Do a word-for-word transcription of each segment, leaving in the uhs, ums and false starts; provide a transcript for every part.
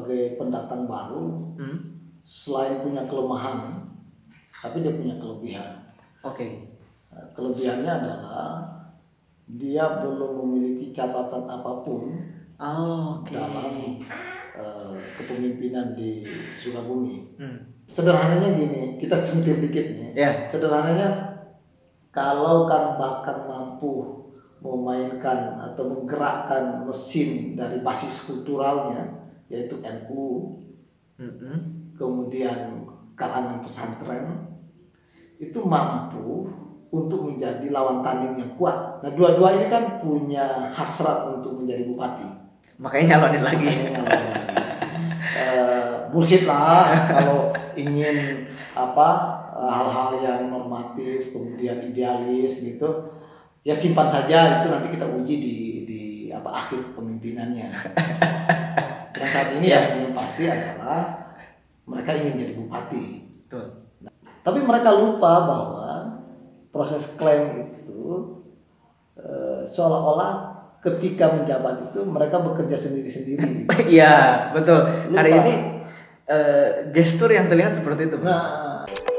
sebagai pendatang baru, hmm? selain punya kelemahan, tapi dia punya kelebihan. Oke. Okay. Kelebihannya adalah dia belum memiliki catatan apapun oh, okay. dalam uh, kepemimpinan di Sukabumi. Hmm. Sederhananya gini, kita sentil dikit nih. Yeah. Sederhananya, kalau Kang Bakar mampu memainkan atau menggerakkan mesin dari basis kulturalnya, yaitu N U, mm-hmm. kemudian kalangan pesantren, itu mampu untuk menjadi lawan tanding yang kuat. Nah, dua-dua ini kan punya hasrat untuk menjadi bupati. Makanya nyalonin lagi. Makanya nyalonin lagi. uh, bullshit lah kalau ingin apa hal-hal yang normatif, kemudian idealis gitu. Ya simpan saja, itu nanti kita uji di di apa akhir kepemimpinannya. Yang saat ini ya. yang pasti adalah mereka ingin jadi bupati. Betul. Nah, tapi mereka lupa bahwa proses klaim itu e, seolah-olah ketika menjabat itu mereka bekerja sendiri-sendiri. Iya, betul. Lupa. Hari ini e, gestur yang terlihat seperti itu. Nah,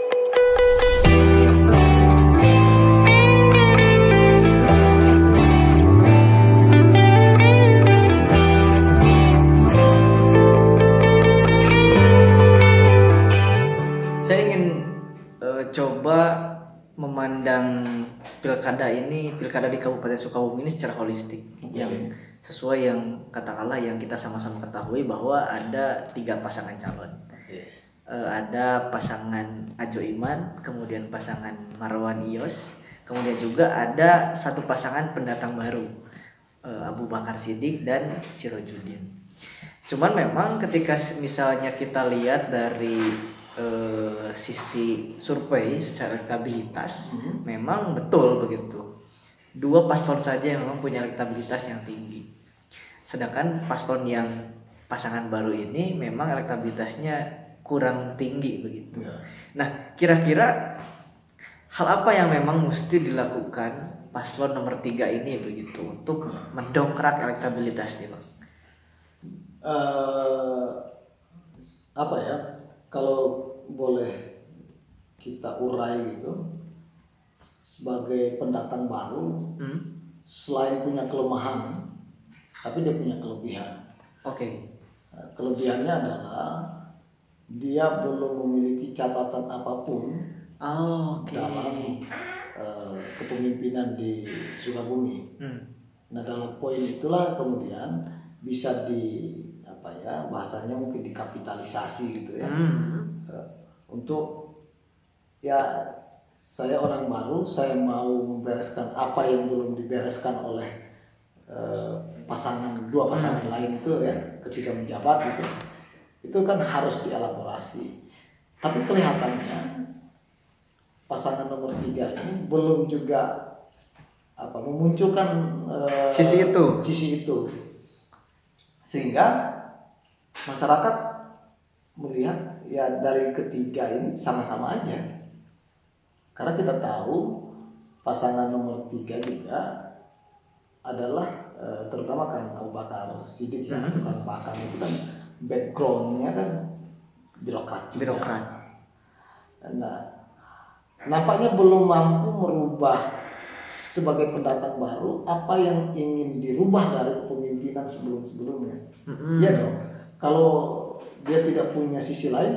coba memandang pilkada ini, pilkada di Kabupaten Sukabumi ini secara holistik, okay. yang sesuai yang katakanlah yang kita sama-sama ketahui bahwa ada tiga pasangan calon, okay. uh, ada pasangan Ajo Iman, kemudian pasangan Marwan Iyos, kemudian juga ada satu pasangan pendatang baru, uh, Abu Bakar Siddiq dan Sirojudin. Cuman memang ketika misalnya kita lihat dari Uh, sisi survei secara elektabilitas, mm-hmm. memang betul begitu. Dua paslon saja yang memang punya elektabilitas yang tinggi. Sedangkan paslon yang pasangan baru ini memang elektabilitasnya kurang tinggi begitu. Yeah. Nah, kira-kira hal apa yang memang mesti dilakukan paslon nomor tiga ini begitu untuk mendongkrak elektabilitasnya, Bang? Uh, apa ya? Kalau boleh kita urai gitu, sebagai pendatang baru, hmm? selain punya kelemahan, tapi dia punya kelebihan. Oke. Okay. Kelebihannya adalah dia belum memiliki catatan apapun oh, okay. dalam uh, kepemimpinan di Sukabumi. Hmm. Nah, dalam poin itulah kemudian bisa di apa ya bahasanya mungkin dikapitalisasi gitu ya. Hmm. Untuk ya saya orang baru, saya mau membereskan apa yang belum dibereskan oleh eh, pasangan dua pasangan hmm. lain itu ya ketika menjabat gitu, itu kan harus dielaborasi. Tapi kelihatannya pasangan nomor tiga ini belum juga apa memunculkan eh, sisi itu, sisi itu, sehingga masyarakat melihat ya dari ketiga ini sama-sama aja, karena kita tahu pasangan nomor tiga juga adalah e, terutama kan Abu Bakar Siddiq ya, mm-hmm. Kang Bakar itu kan backgroundnya kan birokrat juga. Birokrat. Nah, nampaknya belum mampu merubah sebagai pendatang baru apa yang ingin dirubah dari kepemimpinan sebelum-sebelumnya. Mm-hmm. Ya dong. Kalau dia tidak punya sisi lain,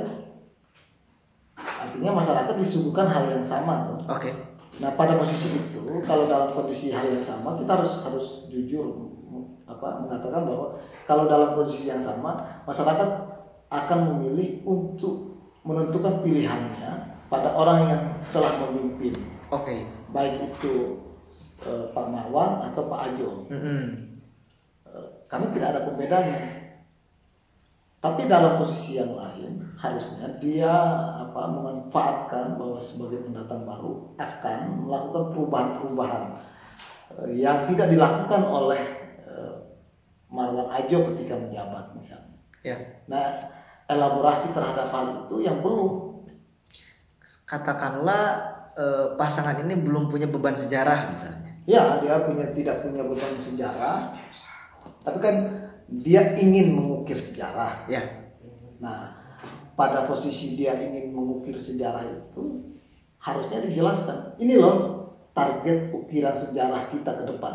artinya masyarakat disuguhkan hal yang sama, tuh. Oke. Okay. Nah, pada posisi itu, kalau dalam kondisi hal yang sama, kita harus harus jujur, apa, mengatakan bahwa kalau dalam kondisi yang sama, masyarakat akan memilih untuk menentukan pilihannya pada orang yang telah memimpin. Oke. Okay. Baik itu eh, Pak Marwan atau Pak Ajo. Mm-hmm. Eh, karena tidak ada pembedanya. Tapi dalam posisi yang lain harusnya dia apa memanfaatkan bahwa sebagai pendatang baru akan melakukan perubahan-perubahan yang tidak dilakukan oleh Marwan Ajo ketika menjabat misalnya. Ya. Nah, elaborasi terhadap hal itu yang belum. Katakanlah eh, pasangan ini belum punya beban sejarah misalnya. Ya, dia punya tidak punya beban sejarah. Tapi kan dia ingin mengukir sejarah. Ya. Nah, pada posisi dia ingin mengukir sejarah itu harusnya dijelaskan. Ini loh target ukiran sejarah kita ke depan.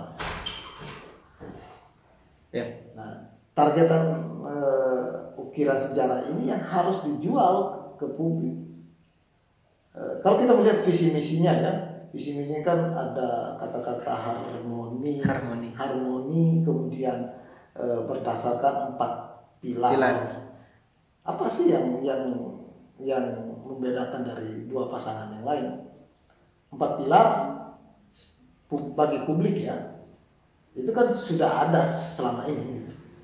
Ya. Nah, targetan uh, ukiran sejarah ini yang harus dijual ke publik. Uh, kalau kita melihat visi misinya ya, visi misinya kan ada kata-kata harmoni, harmoni, harmoni, kemudian uh, berdasarkan empat pilar. pilar. Apa sih yang yang yang membedakan dari dua pasangan yang lain? Empat pilar bagi publik ya, itu kan sudah ada selama ini.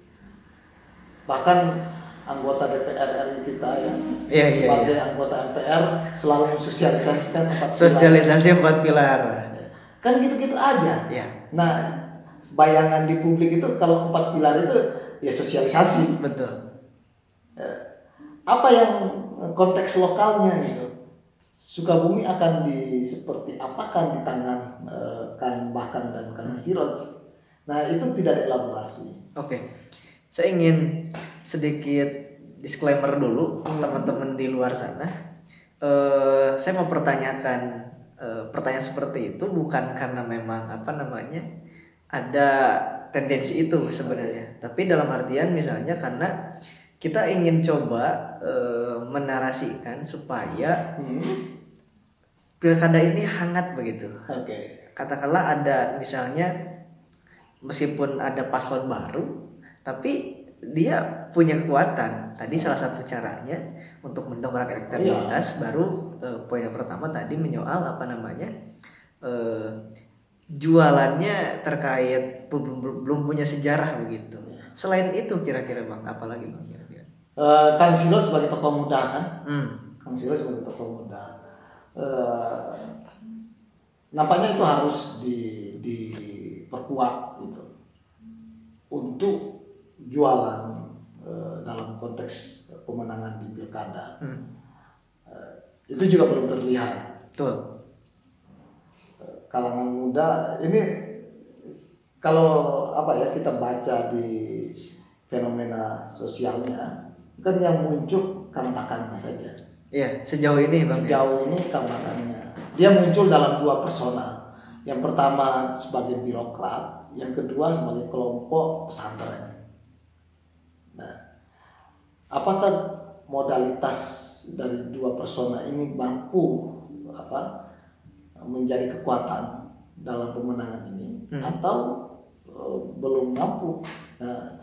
Bahkan anggota D P R R I kita ya, ya sebagai ya, ya. anggota M P R selalu mensosialisasikan empat pilar. Sosialisasi empat pilar. Kan gitu-gitu aja. Ya. Nah, bayangan di publik itu kalau empat pilar itu ya sosialisasi. Betul. Apa yang konteks lokalnya gitu? Sukabumi akan di seperti apakan di tangan uh, Kang Bahkan dan Kang Siroj. Nah, itu tidak dielaborasi. Oke. Saya ingin sedikit disclaimer dulu hmm. teman-teman di luar sana. Uh, saya mau pertanyakan uh, pertanyaan seperti itu bukan karena memang apa namanya ada tendensi itu sebenarnya, tapi dalam artian misalnya karena kita ingin coba uh, menarasikan supaya hmm. pilkada ini hangat begitu. Oke. Okay. Katakanlah ada misalnya meskipun ada paslon baru, tapi dia punya kekuatan. Tadi salah satu caranya untuk mendongkrak elektabilitas, yeah. baru uh, poin yang pertama tadi menyoal apa namanya uh, jualannya terkait belum belum punya sejarah begitu. Selain itu kira-kira Bang, apa lagi Bang kira-kira? Uh, Kang Siroj sebagai tokoh muda kan? Hmm. Kang Siroj sebagai tokoh muda. Uh, nampaknya itu harus di diperkuat gitu untuk jualan uh, dalam konteks pemenangan di pilkada. Hmm. Uh, itu juga belum terlihat. Betul. Uh, kalangan muda ini kalau apa ya kita baca di fenomena sosialnya kan yang muncul kampakannya saja. Iya, sejauh ini Bang. Sejauh ini kampakannya. Dia muncul dalam dua persona. Yang pertama sebagai birokrat, yang kedua sebagai kelompok pesantren. Nah, apakah modalitas dari dua persona ini mampu apa menjadi kekuatan dalam pemenangan ini hmm. atau uh, belum mampu? Nah,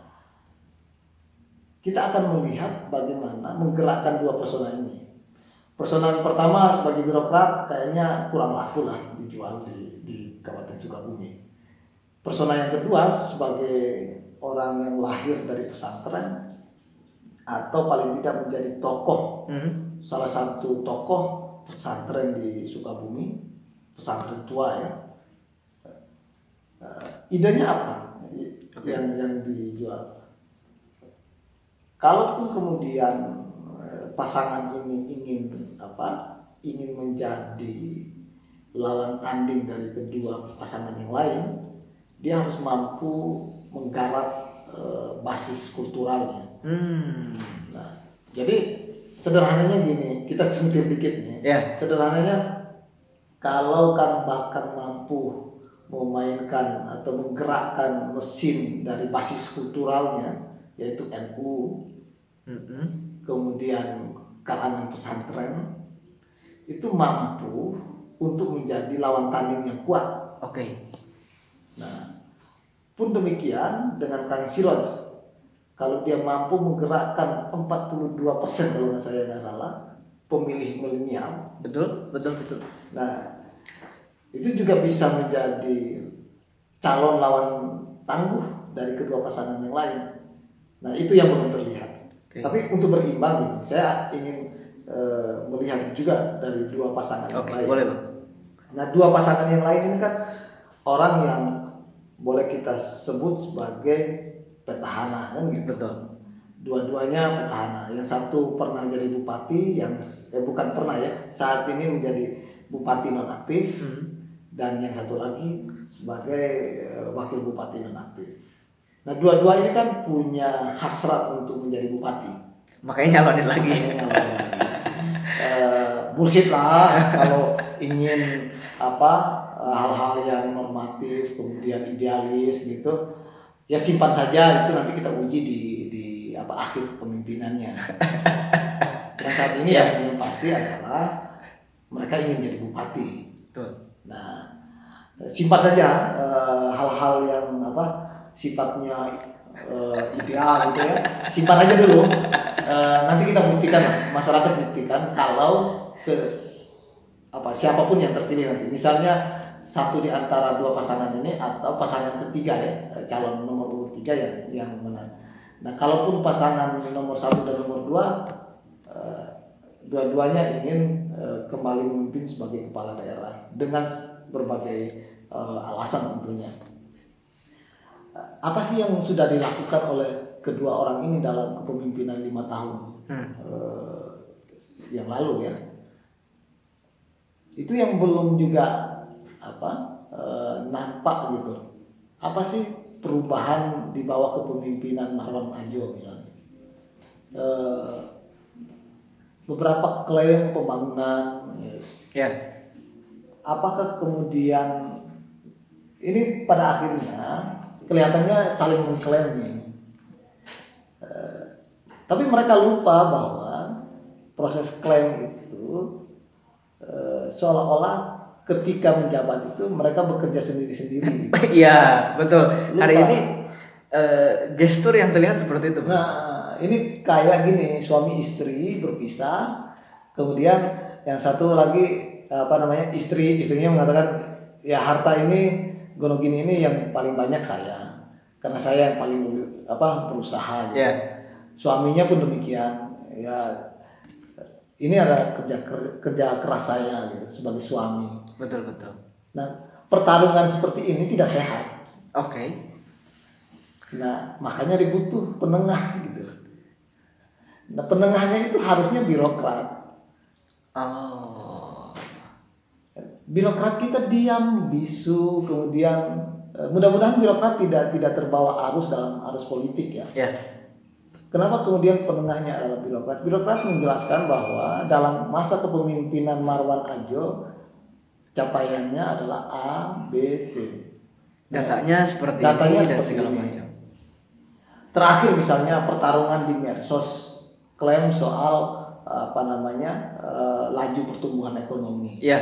kita akan melihat bagaimana menggerakkan dua persona ini. Persona yang pertama sebagai birokrat kayaknya kurang laku lah dijual di, di Kabupaten Sukabumi. Persona yang kedua sebagai orang yang lahir dari pesantren atau paling tidak menjadi tokoh, hmm. salah satu tokoh pesantren di Sukabumi, pesantren tua ya. Uh, idenya apa okay. yang yang dijual? Kalaupun kemudian pasangan ini ingin apa ingin menjadi lawan tanding dari kedua pasangan yang lain, dia harus mampu menggarap e, basis kulturalnya. Hmm. Nah, jadi sederhananya gini, kita sentil dikit nih. Yeah. Sederhananya kalau Kang Bahkan mampu memainkan atau menggerakkan mesin dari basis kulturalnya, yaitu N U, mm-hmm. kemudian kalangan pesantren, itu mampu untuk menjadi lawan tanding yang kuat. Oke. Okay. Nah, pun demikian dengan Kang Siroj, kalau dia mampu menggerakkan empat puluh dua persen kalau nggak saya nggak salah pemilih milenial. Betul, betul, betul. Nah, itu juga bisa menjadi calon lawan tangguh dari kedua pasangan yang lain. Nah, itu yang belum terlihat. Okay. Tapi untuk berimbang, saya ingin e, melihat juga dari dua pasangan okay, yang lain. Boleh, Bang. Nah, dua pasangan yang lain ini kan orang yang boleh kita sebut sebagai petahana kan gitu. Betul. Dua-duanya petahana. Yang satu pernah jadi bupati, yang eh bukan pernah ya, saat ini menjadi bupati nonaktif, hmm. dan yang satu lagi sebagai e, wakil bupati nonaktif. Nah dua-dua ini kan punya hasrat untuk menjadi bupati. Makanya nyalonin lagi. Makanya nyalonin lagi. Uh, bullshit lah kalau ingin apa hal-hal yang normatif kemudian idealis gitu ya simpan saja, itu nanti kita uji di di apa akhir kepemimpinannya. Yang saat ini yang, yang pasti adalah mereka ingin jadi bupati. Betul. Nah simpan saja uh, hal-hal yang apa sifatnya uh, ideal gitu ya, simpan aja dulu. Uh, nanti kita buktikan, masyarakat buktikan kalau ke apa siapapun yang terpilih nanti, misalnya satu di antara dua pasangan ini atau pasangan ketiga ya, calon nomor urut tiga yang yang menang. Nah kalaupun pasangan nomor satu dan nomor dua uh, dua-duanya ingin uh, kembali memimpin sebagai kepala daerah dengan berbagai uh, alasan tentunya. Uh, apa sih yang sudah dilakukan oleh kedua orang ini dalam kepemimpinan lima tahun hmm. uh, yang lalu ya? Itu yang belum juga apa uh, nampak gitu. Apa sih perubahan di bawah kepemimpinan Marwan Ajo misalnya? Uh, beberapa klaim pembangunan. Ya. Yeah. Apakah kemudian ini pada akhirnya kelihatannya saling mengklaim nih. Uh, tapi mereka lupa bahwa proses klaim itu uh, seolah-olah ketika menjabat itu mereka bekerja sendiri-sendiri. Iya betul. Lupa. Hari ini uh, gestur yang terlihat seperti itu. Nah ini kayak gini, suami istri berpisah, kemudian yang satu lagi apa namanya istri istrinya mengatakan ya harta ini gono gini ini yang paling banyak saya, karena saya yang paling apa berusaha. Gitu. Yeah. Suaminya pun demikian. Ya ini ada kerja kerja keras saya gitu sebagai suami. Betul betul. Nah pertarungan seperti ini tidak sehat. Oke. Okay. Nah makanya dibutuh penengah gitu. Nah penengahnya itu harusnya birokrat. Oh. Birokrat kita diam bisu, kemudian mudah-mudahan birokrat tidak tidak terbawa arus dalam arus politik ya. Ya. Kenapa kemudian penengahnya adalah birokrat? Birokrat menjelaskan bahwa dalam masa kepemimpinan Marwan Ajo capaiannya adalah A, B, C. Datanya ya, seperti datanya ini seperti dan segala ini. macam. Terakhir misalnya pertarungan di medsos klaim soal apa namanya uh, laju pertumbuhan ekonomi. Ya.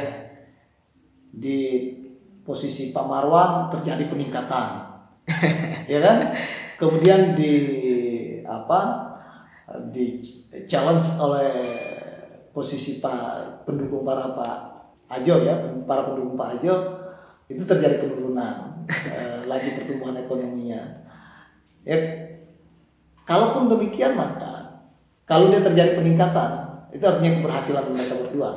Di posisi Pak Marwan terjadi peningkatan, ya kan? Kemudian di apa di challenge oleh posisi Pak pendukung para Pak Ajo ya, para pendukung Pak Ajo itu terjadi penurunan eh, laju pertumbuhan ekonominya. Ya, kalaupun demikian maka kalau dia terjadi peningkatan itu artinya keberhasilan mereka berdua.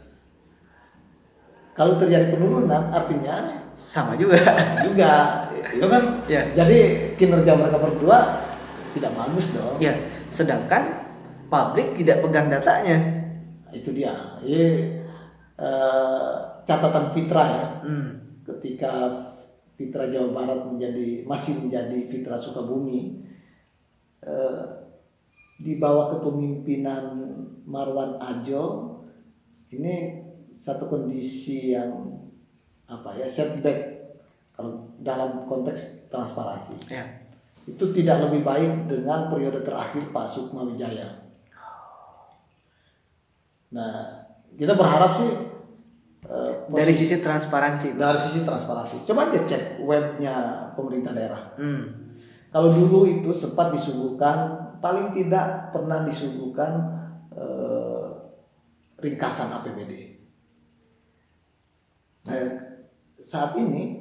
Kalau terjadi penurunan artinya sama juga. Sama juga, itu kan. Ya. Jadi kinerja mereka berdua tidak bagus dong. Ya, sedangkan publik tidak pegang datanya. Itu dia. Ini uh, catatan Fitra ya. Hmm. Ketika Fitra Jawa Barat menjadi masih menjadi Fitra Sukabumi, uh, di bawah kepemimpinan Marwan Ajo ini satu kondisi yang apa ya setback kalau dalam konteks transparansi. Ya. Itu tidak lebih baik dengan periode terakhir Pak Sukma Wijaya. Nah, kita berharap sih uh, dari sisi transparansi. Dari sisi transparansi. Coba aja cek webnya pemerintah daerah. Hmm. Kalau dulu itu sempat disuguhkan, paling tidak pernah disuguhkan uh, ringkasan A P B D. Nah, saat ini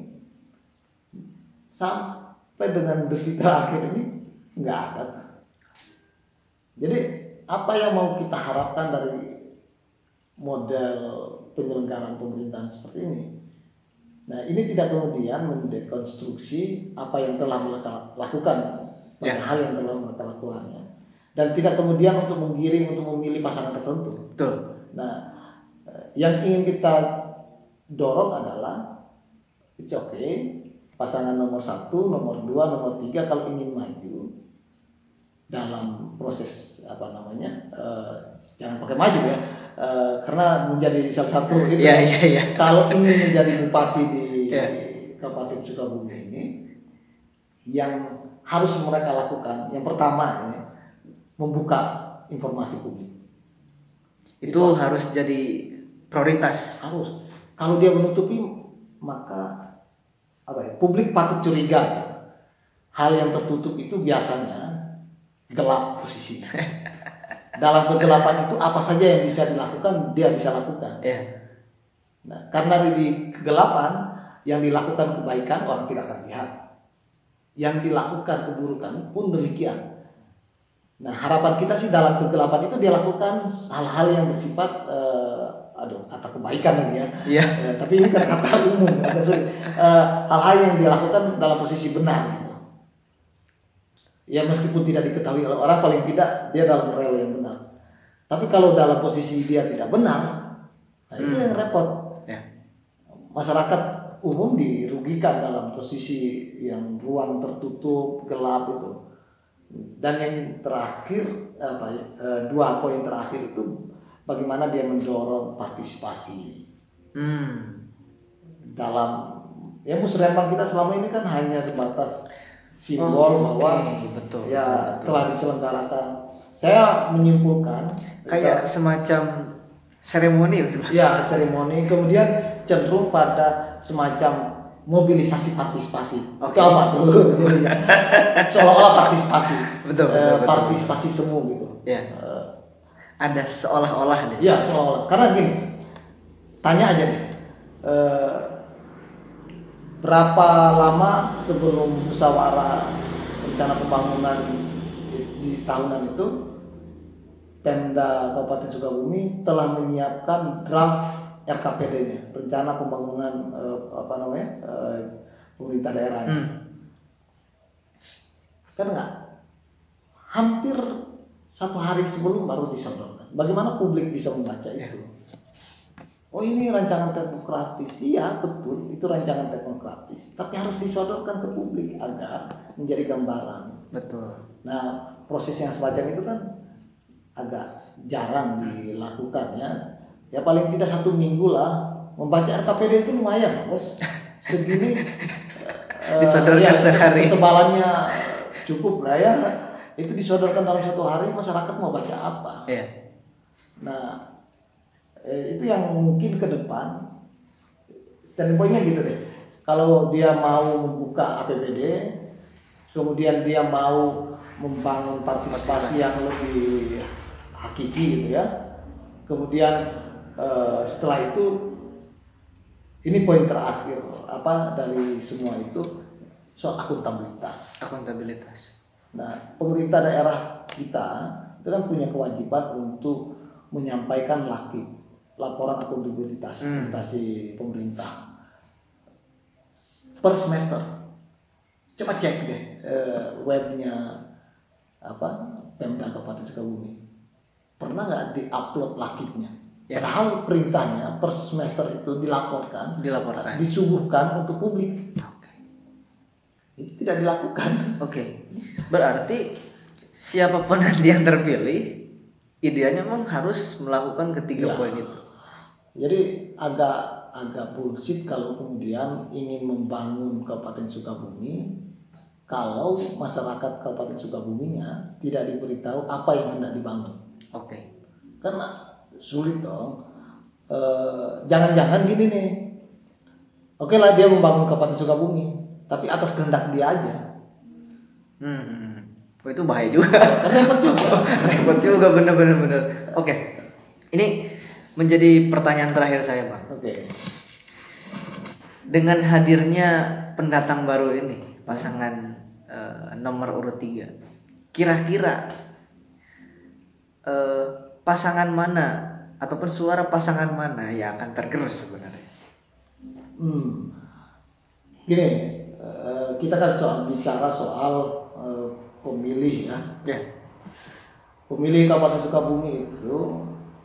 sampai dengan detik terakhir ini nggak ada. Jadi apa yang mau kita harapkan dari model penyelenggaraan pemerintahan seperti ini? Nah ini tidak kemudian mendekonstruksi apa yang telah mereka lakukan, ya. Hal yang telah mereka lakukannya, dan tidak kemudian untuk menggiring untuk memilih pasangan tertentu. Betul. Nah yang ingin kita dorong adalah it's okay pasangan nomor satu, nomor dua, nomor tiga kalau ingin maju dalam proses apa namanya, uh, jangan pakai maju ya, uh, karena menjadi salah satu itu. Yeah, yeah, yeah. Kalau ingin menjadi bupati di yeah. Kabupaten Sukabumi ini, yang harus mereka lakukan, yang pertama ya, membuka informasi publik. Itu, itu harus jadi prioritas. Harus. Kalau dia menutupi, maka apa ya, publik patut curiga. Hal yang tertutup itu biasanya gelap posisinya. Dalam kegelapan itu apa saja yang bisa dilakukan dia bisa lakukan. Yeah. Nah, karena di kegelapan yang dilakukan kebaikan orang tidak akan lihat, yang dilakukan keburukan pun demikian. Nah, harapan kita sih dalam kegelapan itu dia lakukan hal-hal yang bersifat uh, aduh kata kebaikan lagi ya. Yeah. Uh, tapi ini kan kata umum, agak sulit. Uh, hal-hal yang dia lakukan dalam posisi benar. Ya meskipun tidak diketahui oleh orang, paling tidak dia dalam rel yang benar. Tapi kalau dalam posisi dia tidak benar, nah itu hmm. yang repot. Ya. Masyarakat umum dirugikan dalam posisi yang ruang tertutup, gelap itu. Dan yang terakhir, apa ya, dua poin terakhir itu bagaimana dia mendorong partisipasi. Hmm. Dalam ya musrembang kita selama ini kan hanya sebatas simbol oh, bahwa okay. betul, ya betul, betul. telah diselenggarakan. Saya menyimpulkan kayak kita, semacam seremoni, ya seremoni, kemudian cenderung pada semacam mobilisasi partisipasi. Okay. Itu apa tuh? Seolah-olah partisipasi, betul, betul, eh, betul. partisipasi semu gitu. Ya. Uh, Ada seolah-olah deh. Ya seolah-olah. Karena gini, tanya aja deh. Uh, Berapa lama sebelum musyawarah rencana pembangunan di, di tahunan itu, Pemda Kabupaten Sukabumi telah menyiapkan draft R K P D-nya, rencana pembangunan eh, apa namanya eh, pemerintah daerahnya. Hmm. Kan enggak? Hampir satu hari sebelum baru disodorkan. Bagaimana publik bisa membaca itu? Oh ini rancangan teknokratis, iya betul itu rancangan teknokratis, tapi harus disodorkan ke publik agar menjadi gambaran. Betul. Nah proses yang semacam itu kan agak jarang dilakukan ya. Ya paling tidak satu minggu lah, membaca R K P D itu lumayan bos. Segini disodorkan uh, ya, sehari. Ketebalannya cukup lah ya, itu disodorkan dalam satu hari, masyarakat mau baca apa? Iya. Nah Eh, itu yang mungkin ke depan standpointnya gitu deh. Kalau dia mau membuka A P B D, kemudian dia mau membangun partisipasi yang lebih hakiki gitu ya. Kemudian eh, setelah itu ini poin terakhir apa dari semua itu soal akuntabilitas. Akuntabilitas. Nah, pemerintah daerah kita itu kan punya kewajiban untuk menyampaikan laki laporan akuntabilitas hmm. instansi pemerintah per semester. Coba cek deh eh, webnya apa Pemda Kabupaten Sukabumi. Pernah nggak diupload lakitnya? Ya. Padahal perintahnya per semester itu dilaporkan, dilaporkan, disuguhkan untuk publik. Okay. Itu tidak dilakukan. Oke, okay. Berarti siapapun nanti yang terpilih, idealnya memang harus melakukan ketiga ya. poin itu. Jadi agak agak bullshit kalau kemudian ingin membangun Kabupaten Sukabumi kalau masyarakat Kabupaten Sukabuminya tidak diberitahu apa yang hendak dibangun. Oke. Okay. Karena sulit dong. E, jangan-jangan gini nih. Oke lah dia membangun Kabupaten Sukabumi, tapi atas kehendak dia aja. Hmm. Oh, itu bahaya juga. Karena repot juga. repot juga bener-bener bener. Oke. Okay. Ini menjadi pertanyaan terakhir saya, Bang. Oke. Okay. Dengan hadirnya pendatang baru ini, pasangan uh, nomor urut tiga, kira-kira uh, pasangan mana ataupun suara pasangan mana yang akan tergerus sebenarnya? Hmm. Gini, uh, kita kan soal bicara soal uh, pemilih ya. Yeah. Pemilih Kabupaten Sukabumi itu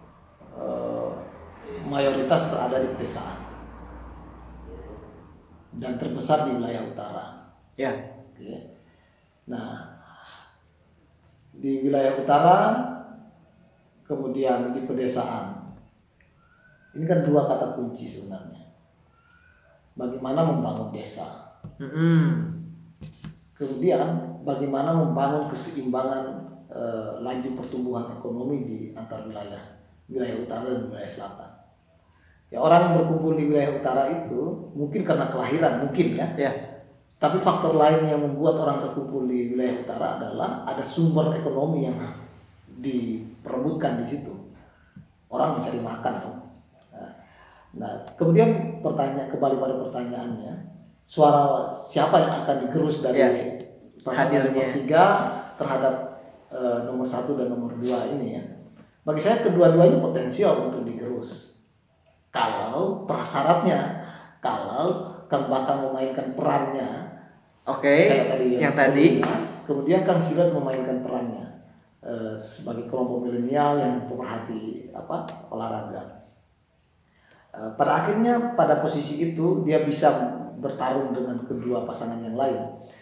mayoritas berada di pedesaan dan terbesar di wilayah utara. Ya. Oke. Nah, di wilayah utara, kemudian di pedesaan. Ini kan dua kata kunci sebenarnya. Bagaimana membangun desa. Mm-hmm. Kemudian bagaimana membangun keseimbangan e, laju pertumbuhan ekonomi di antar wilayah, wilayah utara dan wilayah selatan. Ya, orang yang berkumpul di wilayah utara itu mungkin karena kelahiran, mungkin ya. Ya. Tapi faktor lain yang membuat orang terkumpul di wilayah utara adalah ada sumber ekonomi yang diperebutkan di situ. Orang mencari makan. Nah, nah kemudian pertanyaan kembali pada pertanyaannya, suara siapa yang akan digerus dari ya. pasangan nomor tiga terhadap uh, nomor satu dan nomor dua ini ya? Bagi saya kedua-duanya potensial untuk digerus. Kalau prasyaratnya, kalau Kang Bakang memainkan perannya. Oke, okay, tadi yang, yang tadi. Kemudian Kang Silat memainkan perannya eh, sebagai kelompok milenial yang pemerhati apa olahraga. Eh, pada akhirnya pada posisi itu dia bisa bertarung dengan kedua pasangan yang lain.